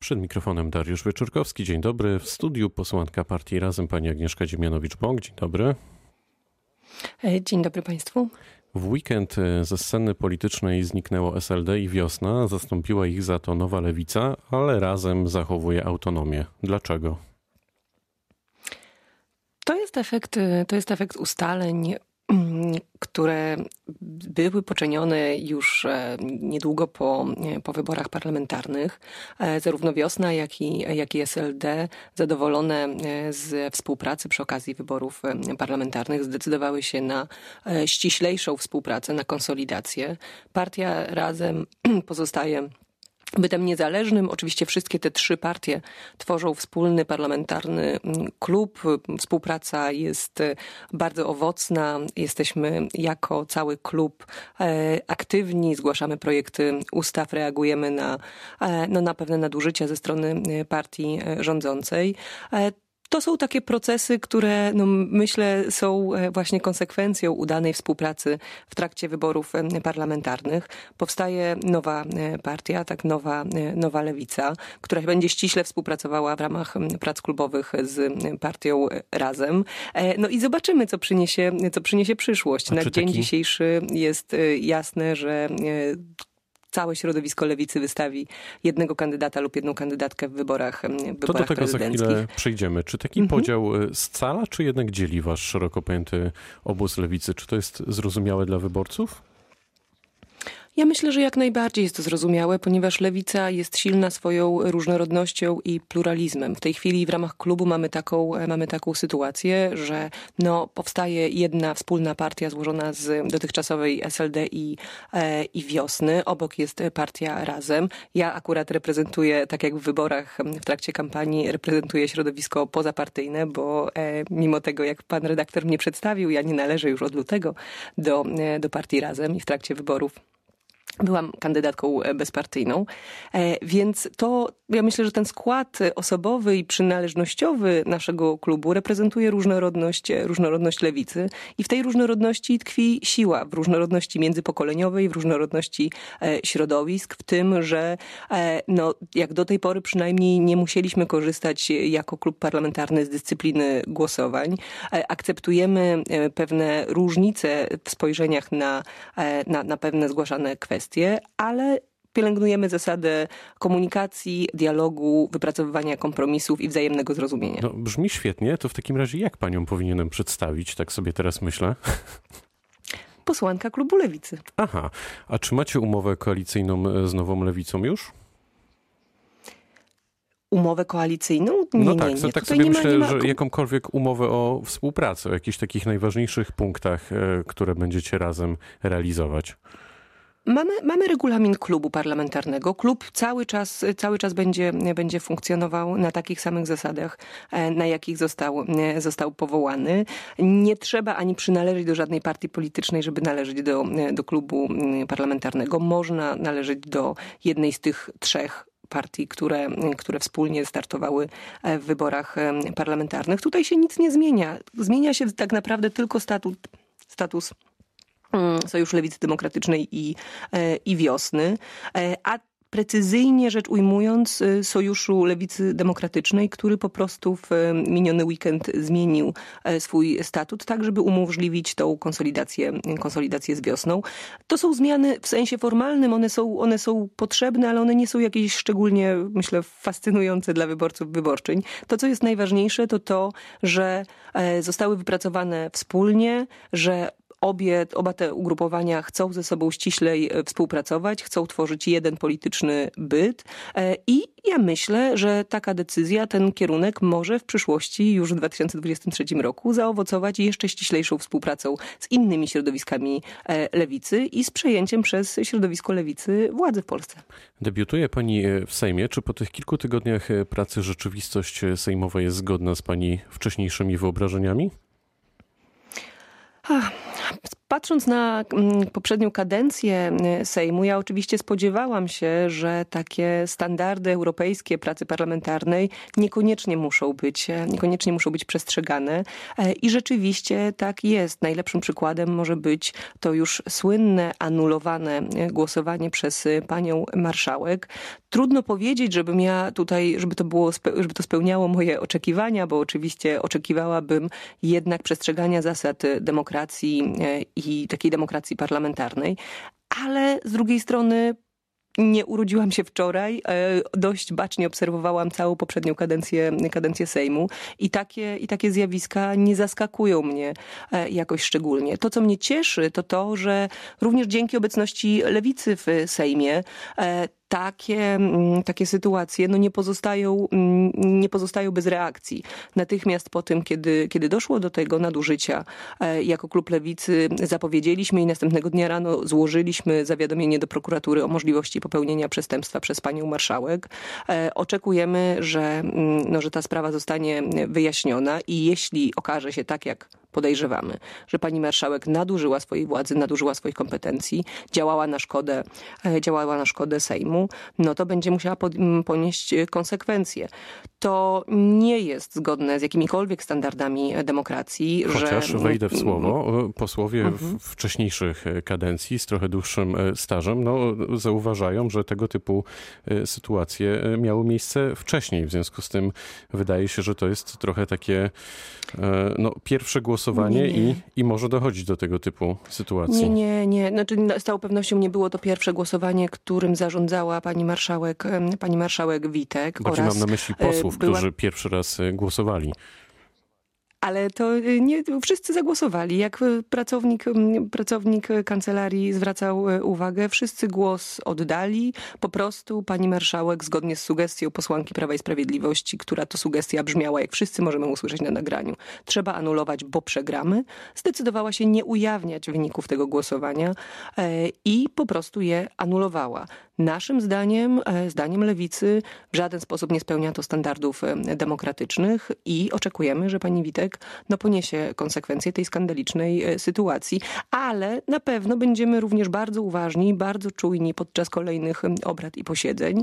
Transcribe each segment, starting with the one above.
Przed mikrofonem Dariusz Wieczorkowski. Dzień dobry. W studiu posłanka partii Razem pani Agnieszka Dziemianowicz-Bąk. Dzień dobry. Dzień dobry Państwu. W weekend ze sceny politycznej zniknęło SLD i Wiosna. Zastąpiła ich za to Nowa Lewica, ale Razem zachowuje autonomię. Dlaczego? To jest efekt ustaleń, które były poczynione już niedługo po wyborach parlamentarnych. Zarówno Wiosna, jak i SLD, zadowolone z współpracy przy okazji wyborów parlamentarnych, zdecydowały się na ściślejszą współpracę, na konsolidację. Partia Razem pozostaje bytem niezależnym. Oczywiście wszystkie te trzy partie tworzą wspólny parlamentarny klub. Współpraca jest bardzo owocna. Jesteśmy jako cały klub aktywni, zgłaszamy projekty ustaw, reagujemy na pewne nadużycia ze strony partii rządzącej. To są takie procesy, które myślę są właśnie konsekwencją udanej współpracy w trakcie wyborów parlamentarnych. Powstaje nowa partia, nowa lewica, która będzie ściśle współpracowała w ramach prac klubowych z partią Razem. No i zobaczymy, co przyniesie przyszłość. Na dzień dzisiejszy jest jasne, że całe środowisko lewicy wystawi jednego kandydata lub jedną kandydatkę w wyborach prezydenckich. To do tego za chwilę przejdziemy. Czy taki podział scala, czy jednak dzieli wasz szeroko pojęty obóz lewicy? Czy to jest zrozumiałe dla wyborców? Ja myślę, że jak najbardziej jest to zrozumiałe, ponieważ lewica jest silna swoją różnorodnością i pluralizmem. W tej chwili w ramach klubu mamy taką sytuację, że powstaje jedna wspólna partia złożona z dotychczasowej SLD i Wiosny. Obok jest partia Razem. Ja akurat reprezentuję, tak jak w wyborach w trakcie kampanii, reprezentuję środowisko pozapartyjne, bo mimo tego, jak pan redaktor mnie przedstawił, ja nie należę już od lutego do partii Razem i w trakcie wyborów byłam kandydatką bezpartyjną, więc ja myślę, że ten skład osobowy i przynależnościowy naszego klubu reprezentuje różnorodność lewicy i w tej różnorodności tkwi siła, w różnorodności międzypokoleniowej, w różnorodności środowisk, w tym, że jak do tej pory przynajmniej nie musieliśmy korzystać jako klub parlamentarny z dyscypliny głosowań. Akceptujemy pewne różnice w spojrzeniach na pewne zgłaszane kwestie, ale pielęgnujemy zasadę komunikacji, dialogu, wypracowywania kompromisów i wzajemnego zrozumienia. Brzmi świetnie. To w takim razie jak panią powinienem przedstawić? Tak sobie teraz myślę. Posłanka klubu Lewicy. Aha. A czy macie umowę koalicyjną z Nową Lewicą już? Umowę koalicyjną? Nie. Tak sobie myślę, że jakąkolwiek umowę o współpracy, o jakichś takich najważniejszych punktach, które będziecie razem realizować. Mamy regulamin klubu parlamentarnego. Klub cały czas będzie funkcjonował na takich samych zasadach, na jakich został powołany. Nie trzeba ani przynależeć do żadnej partii politycznej, żeby należeć do klubu parlamentarnego. Można należeć do jednej z tych trzech partii, które wspólnie startowały w wyborach parlamentarnych. Tutaj się nic nie zmienia. Zmienia się tak naprawdę tylko status Sojuszu Lewicy Demokratycznej i Wiosny, a precyzyjnie rzecz ujmując Sojuszu Lewicy Demokratycznej, który po prostu w miniony weekend zmienił swój statut, tak żeby umożliwić tą konsolidację z Wiosną. To są zmiany w sensie formalnym, one są potrzebne, ale one nie są jakieś szczególnie, myślę, fascynujące dla wyborców, wyborczyń. To, co jest najważniejsze, to, że zostały wypracowane wspólnie, że oba te ugrupowania chcą ze sobą ściślej współpracować, chcą tworzyć jeden polityczny byt i ja myślę, że taka decyzja, ten kierunek może w przyszłości, już w 2023 roku, zaowocować jeszcze ściślejszą współpracą z innymi środowiskami lewicy i z przejęciem przez środowisko lewicy władzy w Polsce. Debiutuje pani w Sejmie. Czy po tych kilku tygodniach pracy rzeczywistość sejmowa jest zgodna z pani wcześniejszymi wyobrażeniami? Patrząc na poprzednią kadencję Sejmu, ja oczywiście spodziewałam się, że takie standardy europejskie pracy parlamentarnej niekoniecznie muszą być przestrzegane. I rzeczywiście tak jest. Najlepszym przykładem może być to już słynne, anulowane głosowanie przez panią marszałek. Trudno powiedzieć, żeby to spełniało moje oczekiwania, bo oczywiście oczekiwałabym jednak przestrzegania zasad demokracji i takiej demokracji parlamentarnej, ale z drugiej strony nie urodziłam się wczoraj, dość bacznie obserwowałam całą poprzednią kadencję Sejmu i takie zjawiska nie zaskakują mnie jakoś szczególnie. To, co mnie cieszy, to to, że również dzięki obecności lewicy w Sejmie takie sytuacje nie pozostają bez reakcji. Natychmiast po tym, kiedy doszło do tego nadużycia, jako klub Lewicy zapowiedzieliśmy i następnego dnia rano złożyliśmy zawiadomienie do prokuratury o możliwości popełnienia przestępstwa przez panią marszałek. Oczekujemy, że ta sprawa zostanie wyjaśniona i jeśli okaże się tak, jak podejrzewamy, że pani marszałek nadużyła swojej władzy, nadużyła swoich kompetencji, działała na szkodę Sejmu, no to będzie musiała ponieść konsekwencje. To nie jest zgodne z jakimikolwiek standardami demokracji. Chociaż wejdę w słowo, posłowie wcześniejszych kadencji z trochę dłuższym stażem zauważają, że tego typu sytuacje miały miejsce wcześniej. W związku z tym wydaje się, że to jest trochę takie pierwsze głosowanie i może dochodzić do tego typu sytuacji. Nie. Znaczy, z całą pewnością nie było to pierwsze głosowanie, którym zarządzała pani marszałek Witek. Bardziej mam na myśli posłów, którzy pierwszy raz głosowali. Ale to nie wszyscy zagłosowali. Jak pracownik kancelarii zwracał uwagę, wszyscy głos oddali. Po prostu pani marszałek, zgodnie z sugestią posłanki Prawa i Sprawiedliwości, która to sugestia brzmiała, jak wszyscy możemy usłyszeć na nagraniu, trzeba anulować, bo przegramy, zdecydowała się nie ujawniać wyników tego głosowania i po prostu je anulowała. Naszym zdaniem Lewicy w żaden sposób nie spełnia to standardów demokratycznych i oczekujemy, że pani Witek poniesie konsekwencje tej skandalicznej sytuacji, ale na pewno będziemy również bardzo uważni, bardzo czujni podczas kolejnych obrad i posiedzeń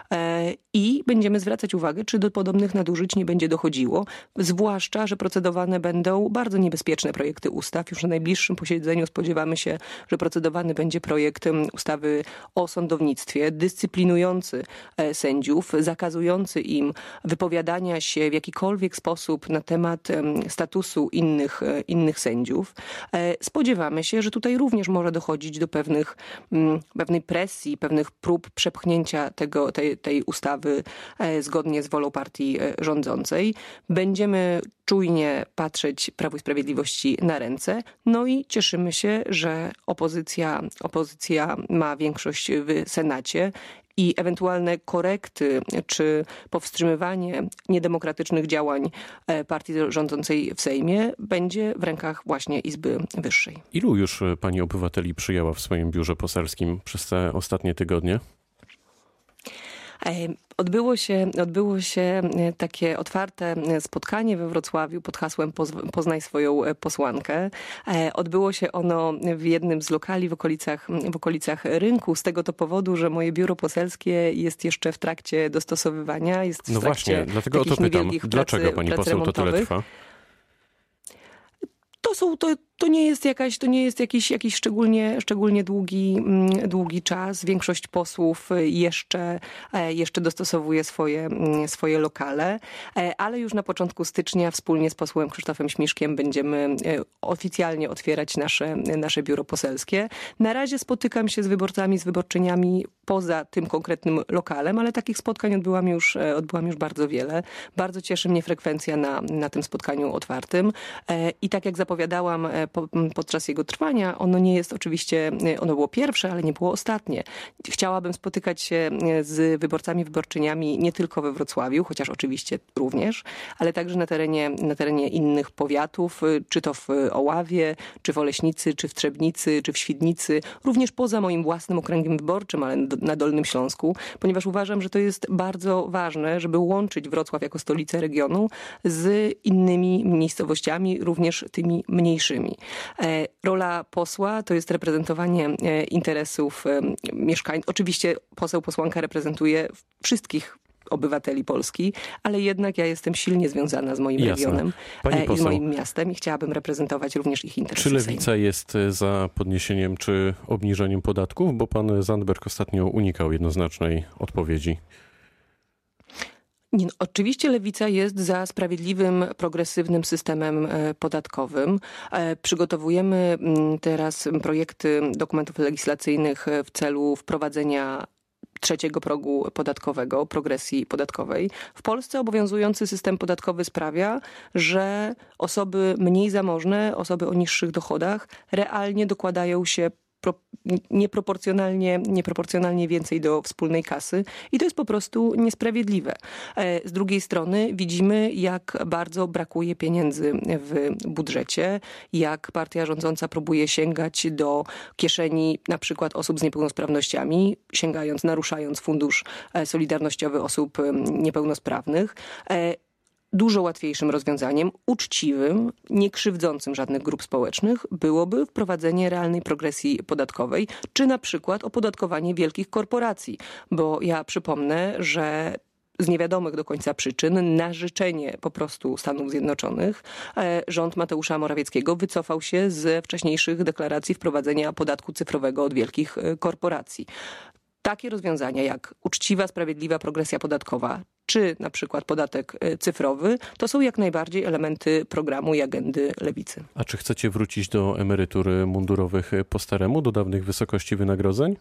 i będziemy zwracać uwagę, czy do podobnych nadużyć nie będzie dochodziło, zwłaszcza, że procedowane będą bardzo niebezpieczne projekty ustaw. Już na najbliższym posiedzeniu spodziewamy się, że procedowany będzie projekt ustawy o sądownictwie, dyscyplinujący sędziów, zakazujący im wypowiadania się w jakikolwiek sposób na temat statusu innych sędziów. Spodziewamy się, że tutaj również może dochodzić do pewnej presji, pewnych prób przepchnięcia tej ustawy zgodnie z wolą partii rządzącej. Będziemy czujnie patrzeć Prawu i Sprawiedliwości na ręce. No i cieszymy się, że opozycja ma większość w Senacie i ewentualne korekty czy powstrzymywanie niedemokratycznych działań partii rządzącej w Sejmie będzie w rękach właśnie Izby Wyższej. Ilu już pani obywateli przyjęła w swoim biurze poselskim przez te ostatnie tygodnie? Odbyło się takie otwarte spotkanie we Wrocławiu pod hasłem Poznaj swoją posłankę. Odbyło się ono w jednym z lokali w okolicach rynku, z tego to powodu, że moje biuro poselskie jest jeszcze w trakcie dostosowywania. Jest w trakcie właśnie, dlatego o to pytam. Dlaczego pani poseł to tyle trwa? To nie jest jakiś szczególnie długi czas. Większość posłów jeszcze dostosowuje swoje lokale, ale już na początku stycznia wspólnie z posłem Krzysztofem Śmiszkiem będziemy oficjalnie otwierać nasze biuro poselskie. Na razie spotykam się z wyborcami, z wyborczyniami poza tym konkretnym lokalem, ale takich spotkań odbyłam już bardzo wiele. Bardzo cieszy mnie frekwencja na tym spotkaniu otwartym i tak jak zapowiadałam podczas jego trwania, ono było pierwsze, ale nie było ostatnie. Chciałabym spotykać się z wyborcami, wyborczyniami nie tylko we Wrocławiu, chociaż oczywiście również, ale także na terenie innych powiatów, czy to w Oławie, czy w Oleśnicy, czy w Trzebnicy, czy w Świdnicy, również poza moim własnym okręgiem wyborczym, ale na Dolnym Śląsku, ponieważ uważam, że to jest bardzo ważne, żeby łączyć Wrocław jako stolicę regionu z innymi miejscowościami, również tymi mniejszymi. Rola posła to jest reprezentowanie interesów mieszkańców. Oczywiście posłanka reprezentuje wszystkich obywateli Polski, ale jednak ja jestem silnie związana z moim regionem i z moim miastem i chciałabym reprezentować również ich interesy. Czy Lewica jest za podniesieniem czy obniżeniem podatków? Bo pan Zandberg ostatnio unikał jednoznacznej odpowiedzi. Nie, no, oczywiście Lewica jest za sprawiedliwym, progresywnym systemem podatkowym. Przygotowujemy teraz projekty dokumentów legislacyjnych w celu wprowadzenia trzeciego progu podatkowego, progresji podatkowej. W Polsce obowiązujący system podatkowy sprawia, że osoby mniej zamożne, osoby o niższych dochodach realnie dokładają się nieproporcjonalnie więcej do wspólnej kasy i to jest po prostu niesprawiedliwe. Z drugiej strony widzimy, jak bardzo brakuje pieniędzy w budżecie, jak partia rządząca próbuje sięgać do kieszeni na przykład osób z niepełnosprawnościami, naruszając fundusz solidarnościowy osób niepełnosprawnych. Dużo łatwiejszym rozwiązaniem, uczciwym, nie krzywdzącym żadnych grup społecznych byłoby wprowadzenie realnej progresji podatkowej, czy na przykład opodatkowanie wielkich korporacji. Bo ja przypomnę, że z niewiadomych do końca przyczyn, na życzenie po prostu Stanów Zjednoczonych, rząd Mateusza Morawieckiego wycofał się ze wcześniejszych deklaracji wprowadzenia podatku cyfrowego od wielkich korporacji. Takie rozwiązania jak uczciwa, sprawiedliwa progresja podatkowa, czy na przykład podatek cyfrowy, to są jak najbardziej elementy programu i agendy Lewicy. A czy chcecie wrócić do emerytur mundurowych po staremu, do dawnych wysokości wynagrodzeń?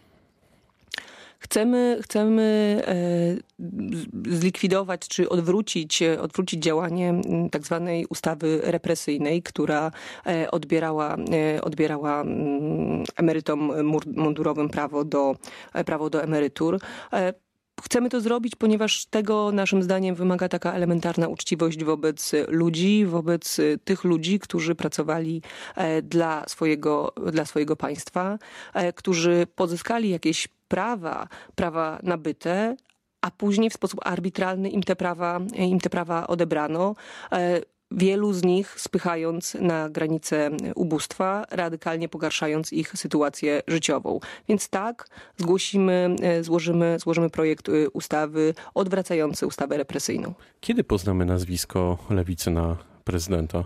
Chcemy zlikwidować czy odwrócić działanie tak zwanej ustawy represyjnej, która odbierała emerytom mundurowym prawo do emerytur. Chcemy to zrobić, ponieważ tego naszym zdaniem wymaga taka elementarna uczciwość wobec ludzi, wobec tych ludzi, którzy pracowali dla swojego państwa, którzy pozyskali jakieś prawa nabyte, a później w sposób arbitralny im te prawa odebrano. Wielu z nich spychając na granicę ubóstwa, radykalnie pogarszając ich sytuację życiową. Więc tak, złożymy projekt ustawy odwracający ustawę represyjną. Kiedy poznamy nazwisko Lewicy na prezydenta?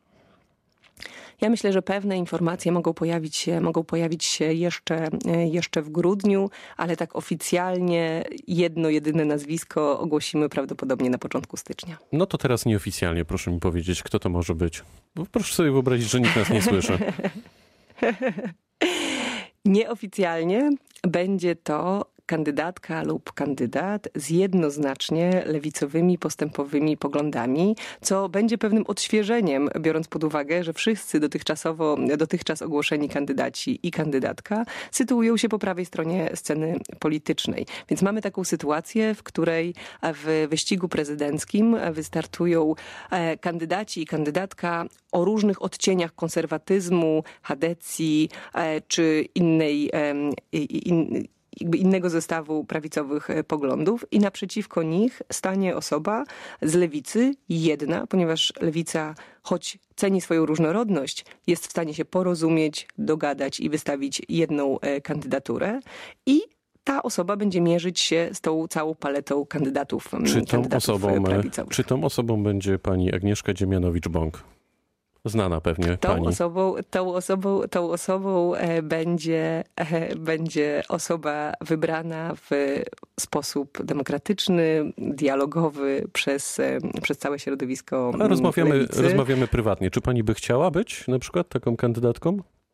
Ja myślę, że pewne informacje mogą pojawić się jeszcze w grudniu, ale tak oficjalnie jedno, jedyne nazwisko ogłosimy prawdopodobnie na początku stycznia. No to teraz nieoficjalnie proszę mi powiedzieć, kto to może być. Bo proszę sobie wyobrazić, że nikt nas nie słyszy. Nieoficjalnie będzie to kandydatka lub kandydat z jednoznacznie lewicowymi, postępowymi poglądami, co będzie pewnym odświeżeniem, biorąc pod uwagę, że wszyscy dotychczas ogłoszeni kandydaci i kandydatka sytuują się po prawej stronie sceny politycznej. Więc mamy taką sytuację, w której w wyścigu prezydenckim wystartują kandydaci i kandydatka o różnych odcieniach konserwatyzmu, chadecji czy innego zestawu prawicowych poglądów i naprzeciwko nich stanie osoba z lewicy, jedna, ponieważ lewica, choć ceni swoją różnorodność, jest w stanie się porozumieć, dogadać i wystawić jedną kandydaturę i ta osoba będzie mierzyć się z tą całą paletą kandydatów prawicowych. Czy tą osobą będzie pani Agnieszka Dziemianowicz-Bąk? Znana pewnie pani. Tą osobą będzie osoba wybrana w sposób demokratyczny, dialogowy przez całe środowisko lewicy. Rozmawiamy prywatnie. Czy pani by chciała być na przykład taką kandydatką?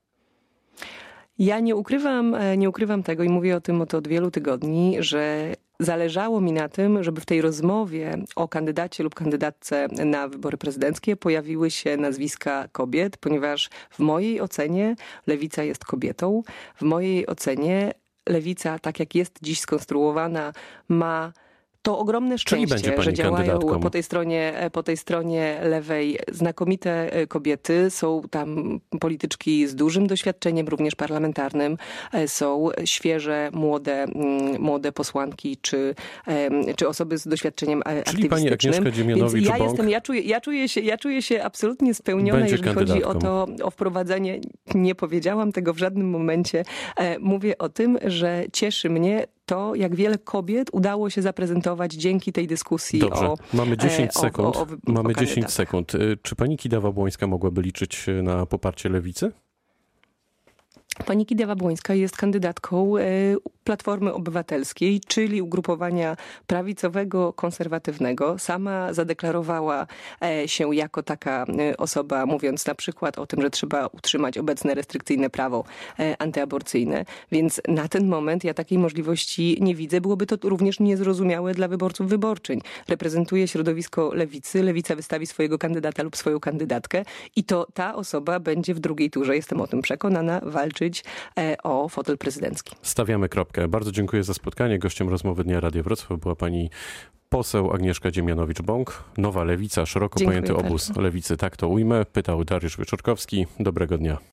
Ja nie ukrywam tego i mówię o tym od wielu tygodni, że zależało mi na tym, żeby w tej rozmowie o kandydacie lub kandydatce na wybory prezydenckie pojawiły się nazwiska kobiet, ponieważ w mojej ocenie lewica jest kobietą. W mojej ocenie lewica, tak jak jest dziś skonstruowana, ma To ogromne Czyli będzie szczęście, pani że działają kandydatką. po tej stronie lewej znakomite kobiety. Są tam polityczki z dużym doświadczeniem, również parlamentarnym. Są świeże, młode posłanki, czy osoby z doświadczeniem Czyli pani aktywistycznym. Agnieszka Dziemianowicz-Bąk Ja czuję się absolutnie spełniona, będzie jeżeli chodzi kandydatką. o wprowadzanie. Nie powiedziałam tego w żadnym momencie. Mówię o tym, że cieszy mnie to, jak wiele kobiet udało się zaprezentować dzięki tej dyskusji. Dobrze, mamy 10 sekund. Mamy 10 kandydatach. sekund. Czy pani Kidawa-Błońska mogłaby liczyć na poparcie Lewicy? Pani Kidawa-Błońska jest kandydatką Platformy Obywatelskiej, czyli ugrupowania prawicowego, konserwatywnego. Sama zadeklarowała się jako taka osoba, mówiąc na przykład o tym, że trzeba utrzymać obecne restrykcyjne prawo antyaborcyjne. Więc na ten moment ja takiej możliwości nie widzę. Byłoby to również niezrozumiałe dla wyborców wyborczyń. Reprezentuje środowisko lewicy. Lewica wystawi swojego kandydata lub swoją kandydatkę i to ta osoba będzie w drugiej turze, jestem o tym przekonana, walczyć o fotel prezydencki. Stawiamy kropkę. Bardzo dziękuję za spotkanie. Gościem rozmowy Dnia Radia Wrocław była pani poseł Agnieszka Dziemianowicz-Bąk. Nowa Lewica, szeroko pojęty obóz lewicy. Tak to ujmę. Pytał Dariusz Wieczorkowski. Dobrego dnia.